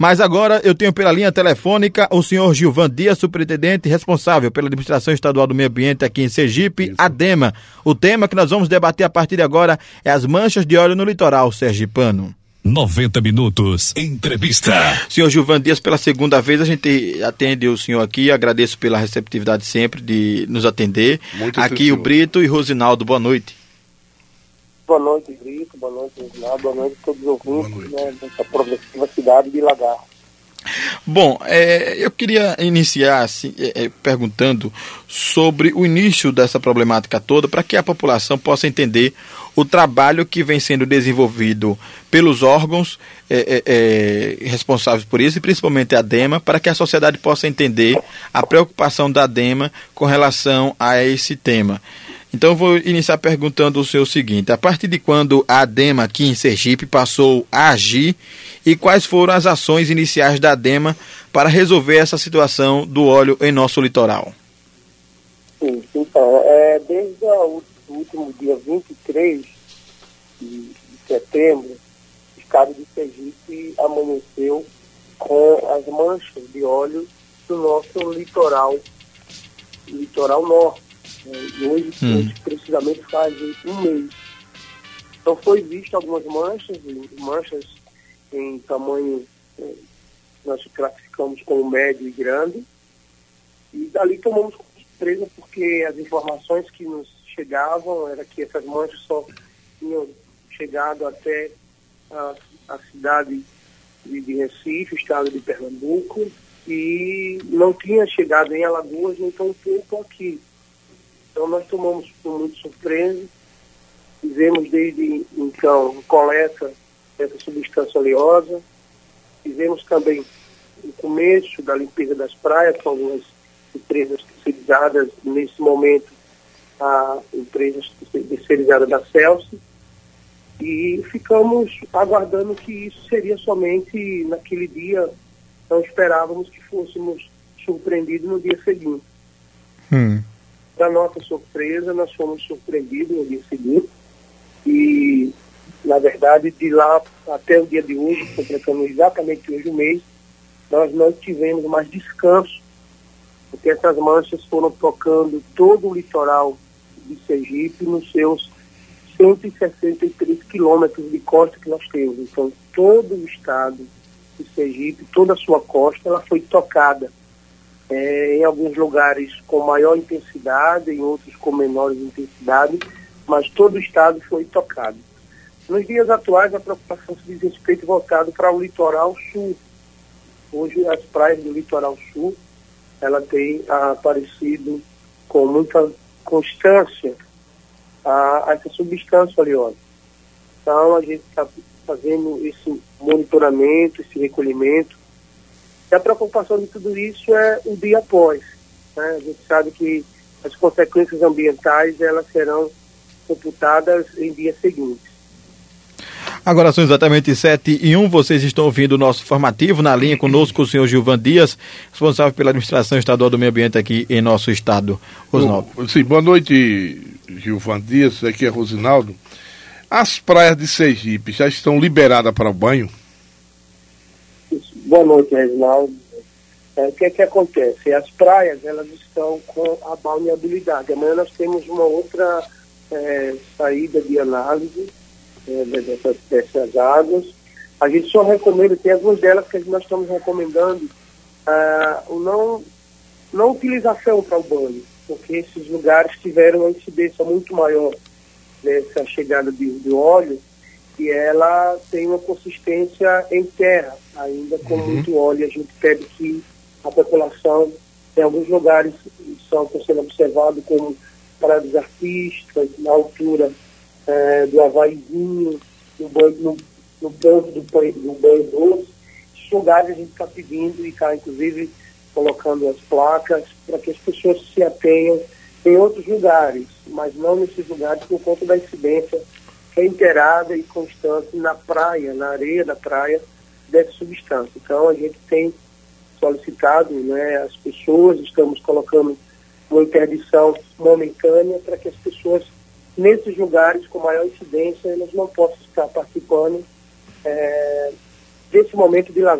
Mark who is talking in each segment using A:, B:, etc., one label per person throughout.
A: Mas agora eu tenho pela linha telefônica o senhor Gilvan Dias, superintendente responsável pela Administração Estadual do Meio Ambiente aqui em Sergipe, isso. ADEMA. O tema que nós vamos debater a partir de agora é as manchas de óleo no litoral sergipano.
B: 90 minutos, entrevista.
A: Senhor Gilvan Dias, pela segunda vez a gente atende o senhor aqui, agradeço pela receptividade sempre de nos atender. Muito aqui o Brito e Rosinaldo, boa noite.
C: Boa noite, Brito, boa noite, Rosinaldo, boa noite a todos os ouvintes dessa progressiva cidade de Lagarto.
A: Bom, eu queria iniciar assim, perguntando sobre o início dessa problemática toda, para que a população possa entender o trabalho que vem sendo desenvolvido pelos órgãos responsáveis por isso, e principalmente a ADEMA, para que a sociedade possa entender a preocupação da ADEMA com relação a esse tema. Então eu vou iniciar perguntando o senhor o seguinte: a partir de quando a ADEMA aqui em Sergipe passou a agir e quais foram as ações iniciais da ADEMA para resolver essa situação do óleo em nosso litoral?
C: Sim, então, desde o último dia 23 de setembro, o estado de Sergipe amanheceu com as manchas de óleo do nosso litoral norte. E hoje, precisamente, faz um mês. Então, foi visto algumas manchas em tamanho, nós classificamos como médio e grande, e dali tomamos surpresa porque as informações que nos chegavam era que essas manchas só tinham chegado até a cidade de Recife, estado de Pernambuco, e não tinha chegado em Alagoas, nem tão pouco aqui. Então nós tomamos por muito surpresa, fizemos desde então coleta dessa substância oleosa, fizemos também o começo da limpeza das praias com algumas empresas terceirizadas, nesse momento a empresa terceirizada da Celso, e ficamos aguardando que isso seria somente naquele dia. Não esperávamos que fôssemos surpreendidos no dia seguinte. Para nossa surpresa, nós fomos surpreendidos no dia seguinte e, na verdade, de lá até o dia de hoje, completando exatamente hoje o mês, nós não tivemos mais descanso, porque essas manchas foram tocando todo o litoral de Sergipe nos seus 163 quilômetros de costa que nós temos. Então, todo o estado de Sergipe, toda a sua costa, ela foi tocada. Em alguns lugares com maior intensidade, em outros com menor intensidade, mas todo o estado foi tocado. Nos dias atuais, a preocupação se diz respeito voltado para o litoral sul. Hoje, as praias do litoral sul, ela tem aparecido com muita constância essa substância oleosa. Então, a gente está fazendo esse monitoramento, esse recolhimento. E a preocupação de tudo isso é o dia após. Né? A gente sabe que as consequências ambientais elas serão computadas em dias seguintes.
A: Agora são exatamente 7h01, vocês estão ouvindo o nosso informativo, na linha conosco o senhor Gilvan Dias, responsável pela Administração Estadual do Meio Ambiente aqui em nosso estado. Rosinaldo.
D: Sim, boa noite, Gilvan Dias, aqui é Rosinaldo. As praias de Sergipe já estão liberadas para banho?
C: Boa noite, Reginaldo. O que acontece? As praias, elas estão com a balneabilidade. Amanhã nós temos uma outra saída de análise dessas águas. A gente só recomenda, tem algumas delas que nós estamos recomendando não utilização para o banho, porque esses lugares tiveram uma incidência muito maior dessa chegada de óleo, e ela tem uma consistência em terra, ainda com muito óleo. A gente pede que a população, em alguns lugares, estão sendo observados como paradas artísticas, na altura do Havaizinho, no banco do banho doce. Esses lugares a gente está pedindo e está, inclusive, colocando as placas para que as pessoas se atenham em outros lugares, mas não nesses lugares por conta da incidência reiterada e constante na praia, na areia da praia, dessa substância. Então, a gente tem solicitado, as pessoas, estamos colocando uma interdição momentânea para que as pessoas, nesses lugares com maior incidência, elas não possam estar participando desse momento de lazer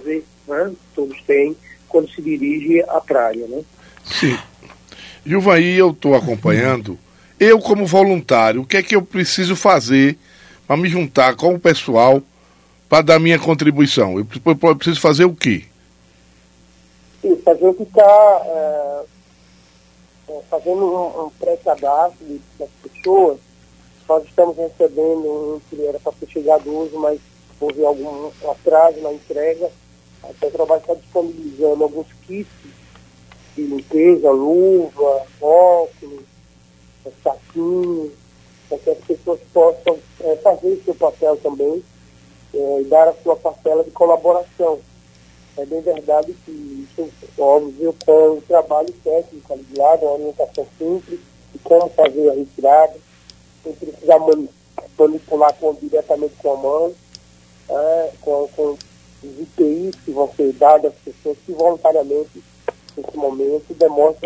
C: né, todos têm quando se dirige à praia, né?
D: Sim. Gilvaí, eu estou acompanhando. Eu, como voluntário, o que é que eu preciso fazer para me juntar com o pessoal para dar minha contribuição? Eu preciso fazer o quê?
C: Sim, a gente está fazendo um pré-cadastro das pessoas. Nós estamos recebendo, que era para ter chegado hoje, mas houve algum atraso na entrega. A Petrobras está disponibilizando alguns kits de limpeza, luva, óculos, saquinhos, para que as pessoas possam fazer o seu papel também e dar a sua parcela de colaboração. É bem verdade que isso, óbvio, com o trabalho técnico ali de lado, uma orientação simples de como fazer a retirada, sem precisar manipular diretamente com a mão, com os IPIs que vão ser dados às pessoas que voluntariamente, nesse momento, demonstram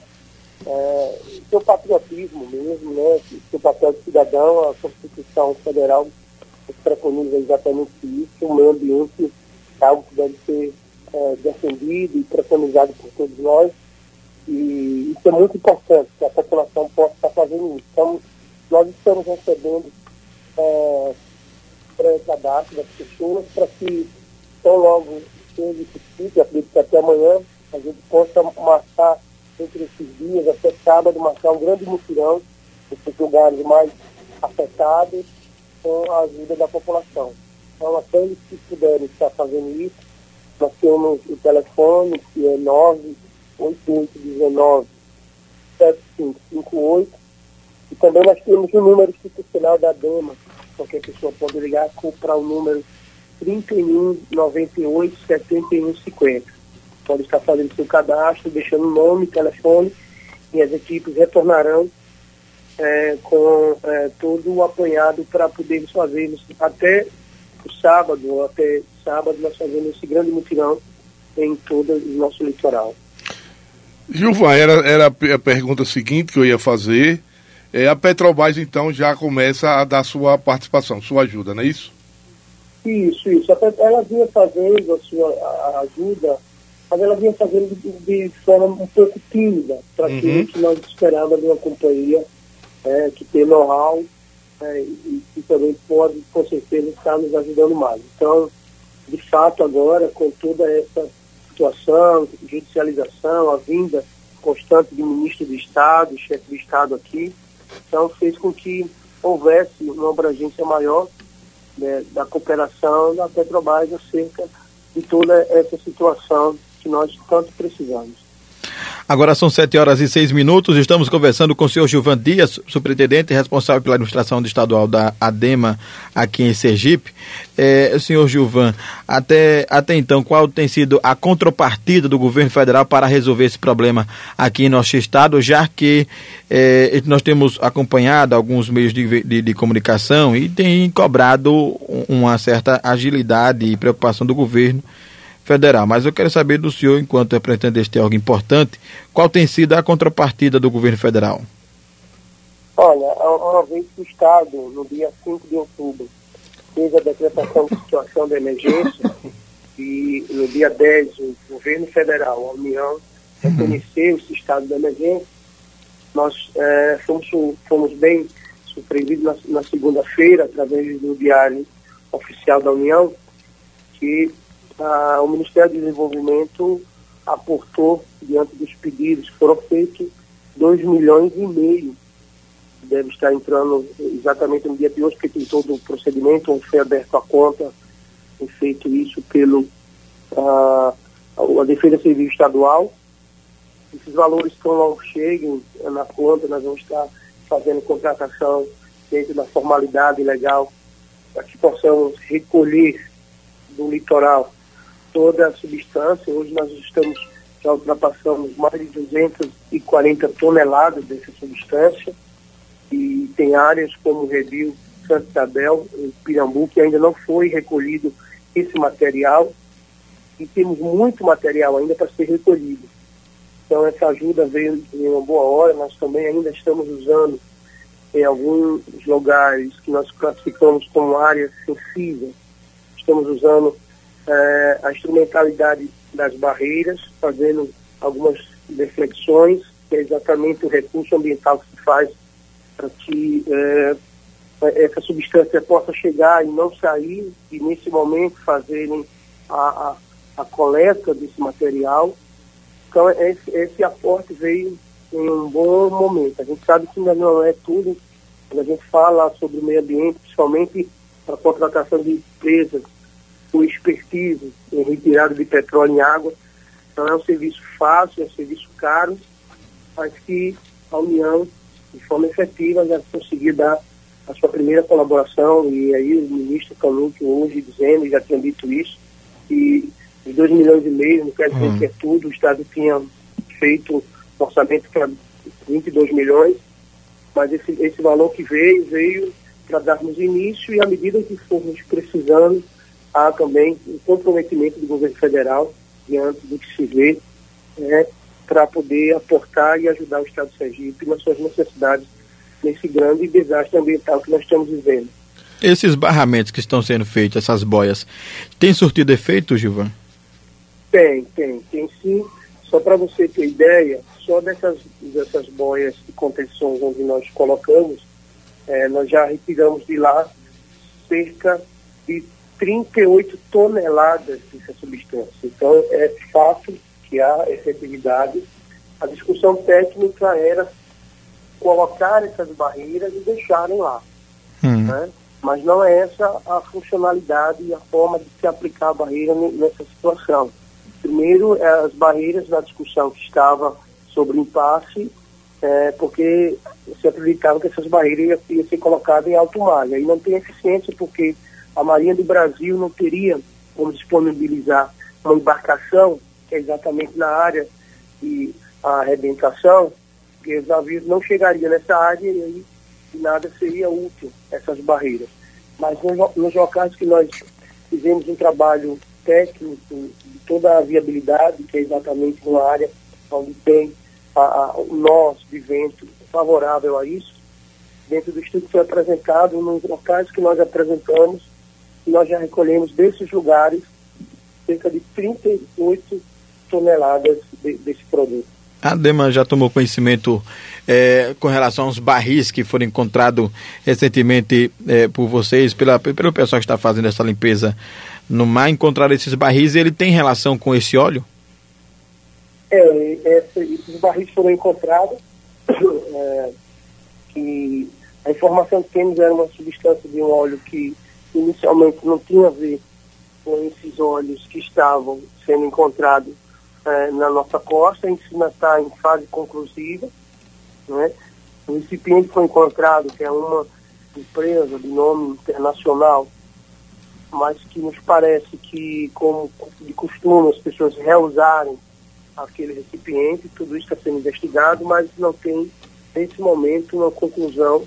C: seu patriotismo mesmo, né? Seu papel de cidadão. A Constituição Federal preconiza exatamente isso. O meio ambiente é algo que deve ser defendido e preconizado por todos nós. E isso é muito importante, que a população possa estar fazendo isso. Então, nós estamos recebendo pré-cadastro das pessoas para que, tão logo seja possível, acredito que até amanhã, a gente possa marcar entre esses dias, até sábado, marcar um grande mutirão nesses lugares mais afetados com a ajuda da população. Então, aqueles que puderem estar fazendo isso, nós temos o telefone, que é 98819-7558, e também nós temos o número institucional da DEMA, qualquer pessoa pode ligar para o número 3198-7150. Pode estar fazendo seu cadastro, deixando nome, telefone, e as equipes retornarão com todo o apanhado para podermos fazer até o sábado, nós fazemos esse grande mutirão em todo o nosso litoral.
D: Gilvan, era a pergunta seguinte que eu ia fazer. A Petrobras, então, já começa a dar sua participação, sua ajuda, não é isso?
C: Isso. Ela vinha fazendo a sua ajuda, mas ela vinha fazendo de forma um pouco tímida, para aquilo que nós esperávamos de uma companhia que tem know-how e que também pode, com certeza, estar nos ajudando mais. Então, de fato, agora, com toda essa situação, judicialização, a vinda constante de ministro de Estado, chefe de Estado aqui, então fez com que houvesse uma abrangência maior da cooperação da Petrobras acerca de toda essa situação que nós tanto precisamos.
A: Agora são 7h06, estamos conversando com o senhor Gilvan Dias, superintendente responsável pela administração estadual da ADEMA aqui em Sergipe. Senhor Gilvan, até então, qual tem sido a contrapartida do governo federal para resolver esse problema aqui em nosso estado, já que nós temos acompanhado alguns meios de comunicação e tem cobrado uma certa agilidade e preocupação do governo federal, mas eu quero saber do senhor, enquanto representante deste órgão importante, qual tem sido a contrapartida do governo federal?
C: Olha, uma vez que o Estado, no dia 5 de outubro, fez a decretação de situação de emergência e no dia 10 o governo federal, a União, reconheceu esse estado de emergência, nós fomos bem surpreendidos na segunda-feira, através do Diário Oficial da União, que o Ministério do Desenvolvimento aportou, diante dos pedidos que foram feitos, 2,5 milhões. Deve estar entrando exatamente no dia de hoje, porque tem todo o procedimento, onde foi aberto a conta, foi feito isso a Defesa Civil Estadual. Esses valores que logo cheguem na conta, nós vamos estar fazendo contratação dentro da formalidade legal, para que possamos recolher do litoral toda a substância. Hoje nós já ultrapassamos mais de 240 toneladas dessa substância, e tem áreas como o Rebio, Santa Isabel, em Pirambu, que ainda não foi recolhido esse material, e temos muito material ainda para ser recolhido. Então essa ajuda veio em uma boa hora. Nós também ainda estamos usando em alguns lugares que nós classificamos como áreas sensíveis, estamos usando a instrumentalidade das barreiras, fazendo algumas reflexões, que é exatamente o recurso ambiental que se faz para que essa substância possa chegar e não sair, e nesse momento fazerem a coleta desse material. Então esse aporte veio em um bom momento. A gente sabe que ainda não é tudo, quando a gente fala sobre o meio ambiente, principalmente a contratação de empresas com expertise em retirada de petróleo em água, não é um serviço fácil, é um serviço caro, mas que a União, de forma efetiva, já conseguiu dar a sua primeira colaboração, e aí o ministro Canuto hoje dizendo, já tinha dito isso, que os 2,5 milhões, não quer dizer que é tudo, o Estado tinha feito um orçamento para 22 milhões, mas esse valor que veio para darmos início, e à medida que formos precisando, há também um comprometimento do governo federal, diante do que se vê, para poder aportar e ajudar o Estado de Sergipe nas suas necessidades nesse grande desastre ambiental que nós estamos vivendo.
A: Esses barramentos que estão sendo feitos, essas boias, tem surtido efeito, Gilvan?
C: Tem sim. Só para você ter ideia, só dessas boias de contenções onde nós colocamos, nós já retiramos de lá cerca de 38 toneladas dessa substância. Então, é fato que há efetividade. A discussão técnica era colocar essas barreiras e deixarem lá. Né? Mas não é essa a funcionalidade e a forma de se aplicar a barreira nessa situação. Primeiro, as barreiras na discussão que estava sobre impasse, porque se acreditava que essas barreiras iam ser colocadas em alto mar. E aí não tem eficiência, porque a Marinha do Brasil não teria como disponibilizar uma embarcação, que é exatamente na área de arrebentação, porque os navios não chegariam nessa área e aí nada seria útil, essas barreiras. Mas nos locais que nós fizemos um trabalho técnico de toda a viabilidade, que é exatamente uma área onde tem o nós de vento favorável a isso, dentro do estudo que foi apresentado, nos locais que nós apresentamos, nós já recolhemos desses lugares cerca de 38 toneladas desse produto.
A: A ADEMA já tomou conhecimento com relação aos barris que foram encontrados recentemente por vocês, pelo pessoal que está fazendo essa limpeza no mar, encontraram esses barris, e ele tem relação com esse óleo?
C: Esses barris foram encontrados, que a informação que temos era uma substância de um óleo que inicialmente não tinha a ver com esses óleos que estavam sendo encontrados na nossa costa. A gente ainda está em fase conclusiva, né? O recipiente foi encontrado, que é uma empresa de nome internacional, mas que nos parece que, como de costume, as pessoas reusarem aquele recipiente. Tudo isso está sendo investigado, mas não tem, nesse momento, uma conclusão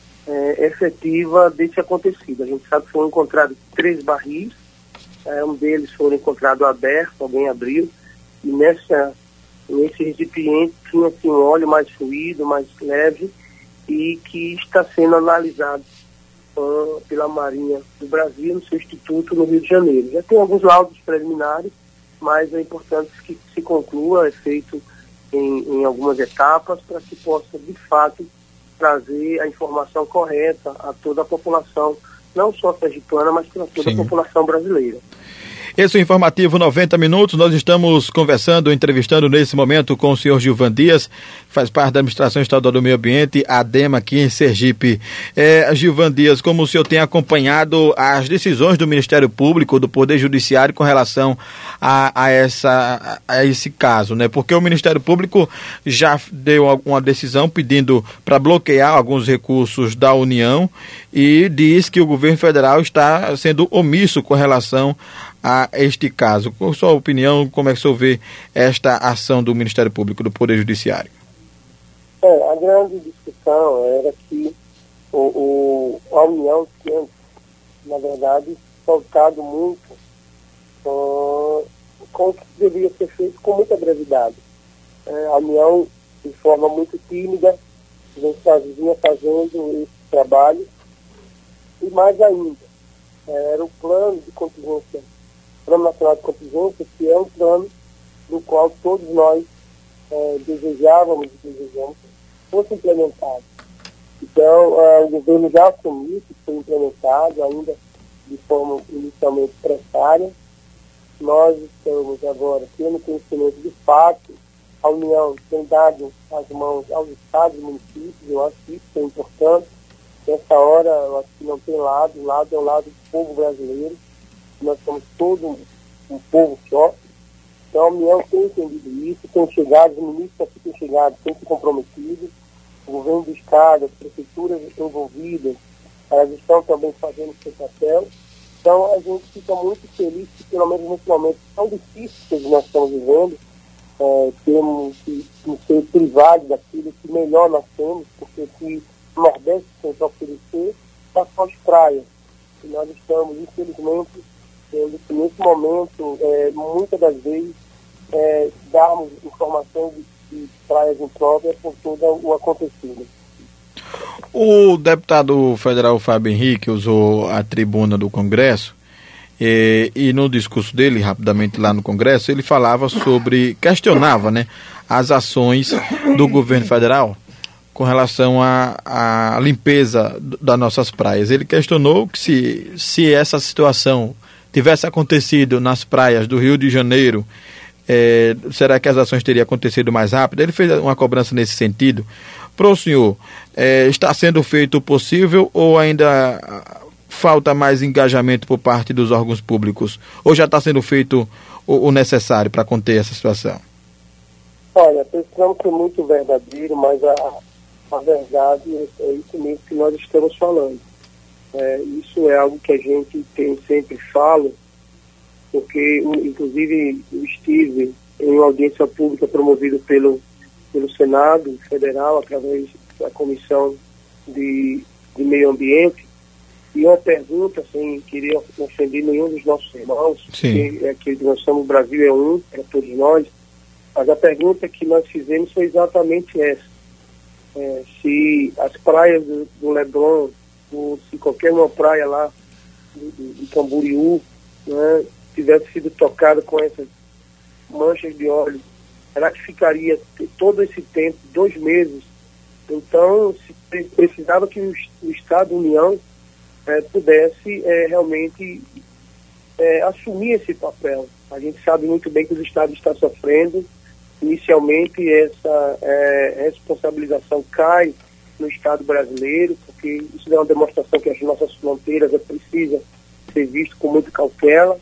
C: efetiva desse acontecido. A gente sabe que foram encontrados 3 barris, um deles foi encontrado aberto, alguém abriu, e nesse recipiente tinha assim, um óleo mais fluido, mais leve, e que está sendo analisado pela Marinha do Brasil, no seu instituto no Rio de Janeiro. Já tem alguns laudos preliminares, mas é importante que se conclua, é feito em algumas etapas, para que possa, de fato, trazer a informação correta a toda a população, não só sergipana, mas para toda a população brasileira.
A: Esse é o Informativo 90 Minutos. Nós estamos conversando, entrevistando nesse momento com o senhor Gilvan Dias, que faz parte da Administração Estadual do Meio Ambiente, ADEMA, aqui em Sergipe. Gilvan Dias, como o senhor tem acompanhado as decisões do Ministério Público, do Poder Judiciário com relação a esse caso, né? Porque o Ministério Público já deu uma decisão pedindo para bloquear alguns recursos da União e diz que o governo federal está sendo omisso com relação a este caso. Com sua opinião, como é que o senhor vê esta ação do Ministério Público, do Poder Judiciário?
C: A grande discussão era que a União tinha, na verdade, faltado muito com o que deveria ser feito com muita brevidade. A União, de forma muito tímida, vinha fazendo esse trabalho, e mais ainda, era o plano de contingência Plano Nacional de Contingência, que é um plano do qual todos nós desejávamos e desejamos que fosse implementado. Então, o governo já assumiu que foi implementado, ainda de forma inicialmente precária. Nós estamos agora tendo conhecimento de fato. A União tem dado as mãos aos estados e municípios, eu acho que isso é importante. Nessa hora, eu acho que não tem lado, o lado é o lado do povo brasileiro. Nós somos todo um povo só. Então a União tem entendido isso, tem chegado, os ministros aqui têm chegado, têm se comprometido, o governo do estado, as prefeituras envolvidas, elas estão também fazendo o seu papel. Então a gente fica muito feliz que, pelo menos nesse momento tão difícil que nós estamos vivendo, temos que ser privados daquilo que melhor nós temos, porque o que o Nordeste tem para oferecer são só as praias. E nós estamos, infelizmente, tendo que nesse momento, muitas das vezes, darmos informação de praias impróprias por todo o acontecido.
A: O deputado federal Fábio Henrique usou a tribuna do Congresso e no discurso dele, rapidamente lá no Congresso, ele questionava, né, as ações do governo federal com relação à limpeza das nossas praias. Ele questionou que se essa situação tivesse acontecido nas praias do Rio de Janeiro, será que as ações teriam acontecido mais rápido? Ele fez uma cobrança nesse sentido. Para o senhor, está sendo feito o possível ou ainda falta mais engajamento por parte dos órgãos públicos? Ou já está sendo feito o necessário para conter essa situação?
C: Olha, precisamos ser muito verdadeiro, mas a verdade é isso mesmo que nós estamos falando. Isso é algo que a gente sempre fala, porque, inclusive, eu estive em uma audiência pública promovida pelo Senado Federal, através da Comissão de Meio Ambiente, e uma pergunta, sem querer ofender nenhum dos nossos irmãos, que nós somos, o Brasil é um, para todos nós, mas a pergunta que nós fizemos foi exatamente essa. Se as praias do Leblon, ou se qualquer uma praia lá de Camboriú, né, tivesse sido tocada com essas manchas de óleo, será que ficaria todo esse tempo, 2 meses? Então, se precisava que o Estado, a União, pudesse realmente assumir esse papel. A gente sabe muito bem que o Estado está sofrendo. Inicialmente, essa responsabilização cai no Estado brasileiro, porque isso é uma demonstração que as nossas fronteiras precisam ser visto com muita cautela.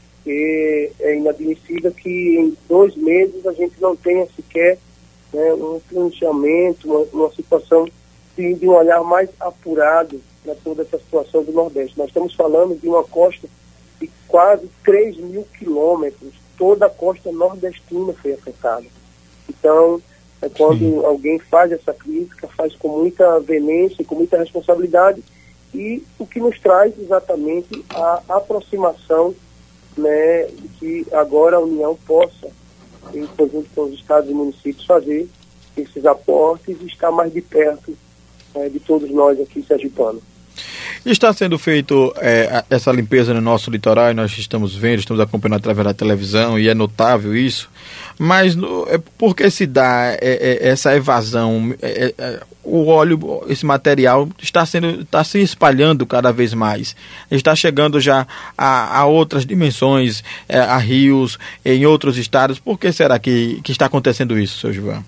C: E é inadmissível que em 2 meses a gente não tenha sequer um planejamento, uma situação de um olhar mais apurado para toda essa situação do Nordeste. Nós estamos falando de uma costa de quase 3.000 quilômetros. Toda a costa nordestina foi afetada. Então, quando alguém faz essa crítica, faz com muita veemência, com muita responsabilidade, e o que nos traz exatamente a aproximação, né, de que agora a União possa, em conjunto com os estados e municípios, fazer esses aportes e estar mais de perto de todos nós aqui sergipanos.
A: Está sendo feito essa limpeza no nosso litoral, e nós estamos vendo, estamos acompanhando através da televisão, e é notável isso, mas por que se dá essa evasão? O óleo, esse material está se espalhando cada vez mais, está chegando já a outras dimensões, a rios, em outros estados. Por que será que está acontecendo isso, seu Gilvan?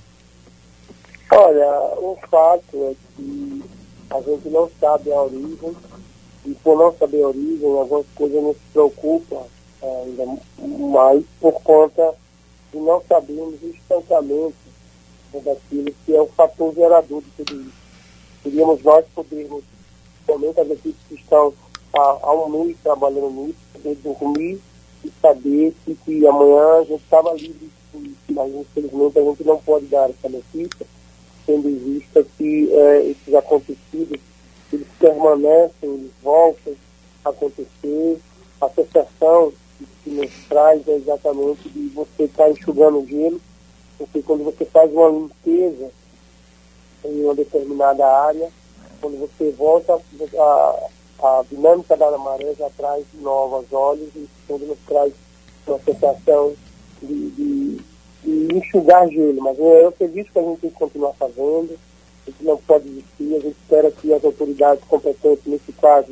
C: Olha, o fato é que a gente não sabe a origem, e por não saber a origem, algumas coisas nos preocupam ainda mais por conta de não sabermos o estancamento daquilo que é o fator gerador de tudo isso. Queríamos nós podermos, somente as equipes que estão há um mês trabalhando nisso, poder dormir e saber que amanhã a gente estava livre disso, mas infelizmente a gente não pode dar essa notícia, tendo em vista que esses acontecidos, eles permanecem, eles voltam a acontecer. A sensação que nos traz é exatamente de você estar enxugando o gelo, porque quando você faz uma limpeza em uma determinada área, quando você volta, a dinâmica da maré já traz novos olhos, e quando nos traz uma sensação de enxugar gelo, mas é um serviço que a gente tem que continuar fazendo, a gente não pode desistir, a gente espera que as autoridades competentes, nesse caso,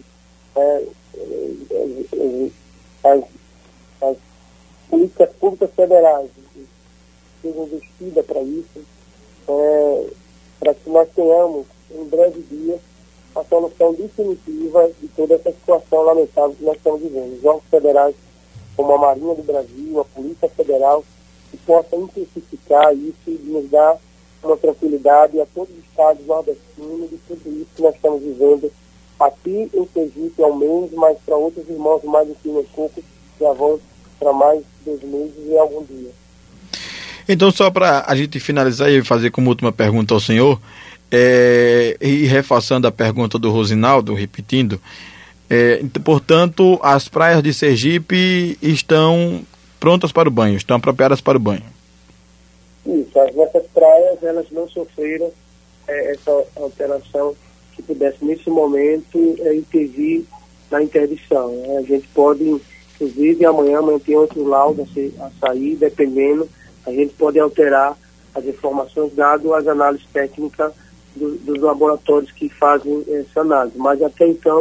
C: as políticas públicas federais sejam investidas para isso, para que nós tenhamos, em breve dia, a solução definitiva de toda essa situação lamentável que nós estamos vivendo. Os órgãos federais, como a Marinha do Brasil, a Polícia Federal, que possa intensificar isso e nos dar uma tranquilidade a todos os estados nordestinos de tudo isso que nós estamos vivendo aqui em Sergipe ao menos, mas para outros irmãos mais aqui no Coco já vão para mais 2 meses e algum dia.
A: Então, só para a gente finalizar e fazer como última pergunta ao senhor, e reforçando a pergunta do Rosinaldo, repetindo, portanto, as praias de Sergipe estão prontas para o banho, estão apropriadas para o banho.
C: Isso, essas praias, elas não sofreram essa alteração que pudesse, nesse momento, intervir na interdição. A gente pode, inclusive, amanhã tem outro laudo a sair, dependendo, a gente pode alterar as informações dadas às análises técnicas dos laboratórios que fazem essa análise. Mas até então,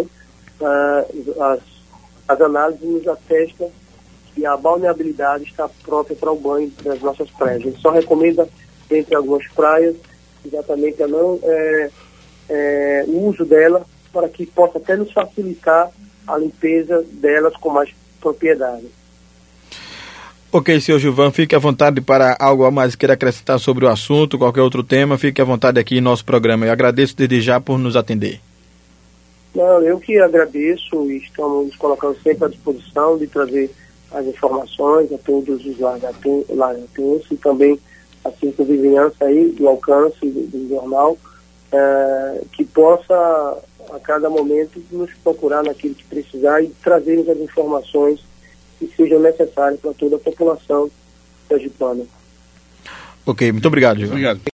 C: as análises nos atestam que a balneabilidade está própria para o banho das nossas praias. A gente só recomenda, entre algumas praias, exatamente o uso dela, para que possa até nos facilitar a limpeza delas com mais propriedade.
A: Ok, senhor Gilvan, fique à vontade para algo a mais queira acrescentar sobre o assunto, qualquer outro tema, fique à vontade aqui em nosso programa. Eu agradeço desde já por nos atender.
C: Não, eu que agradeço e estamos nos colocando sempre à disposição de trazer as informações a todos os lagatenses e também a circunvizinhança aí do alcance do jornal, que possa a cada momento nos procurar naquilo que precisar e trazer as informações que sejam necessárias para toda a população sergipana.
A: Ok, muito obrigado, Gilvan.
D: Obrigado.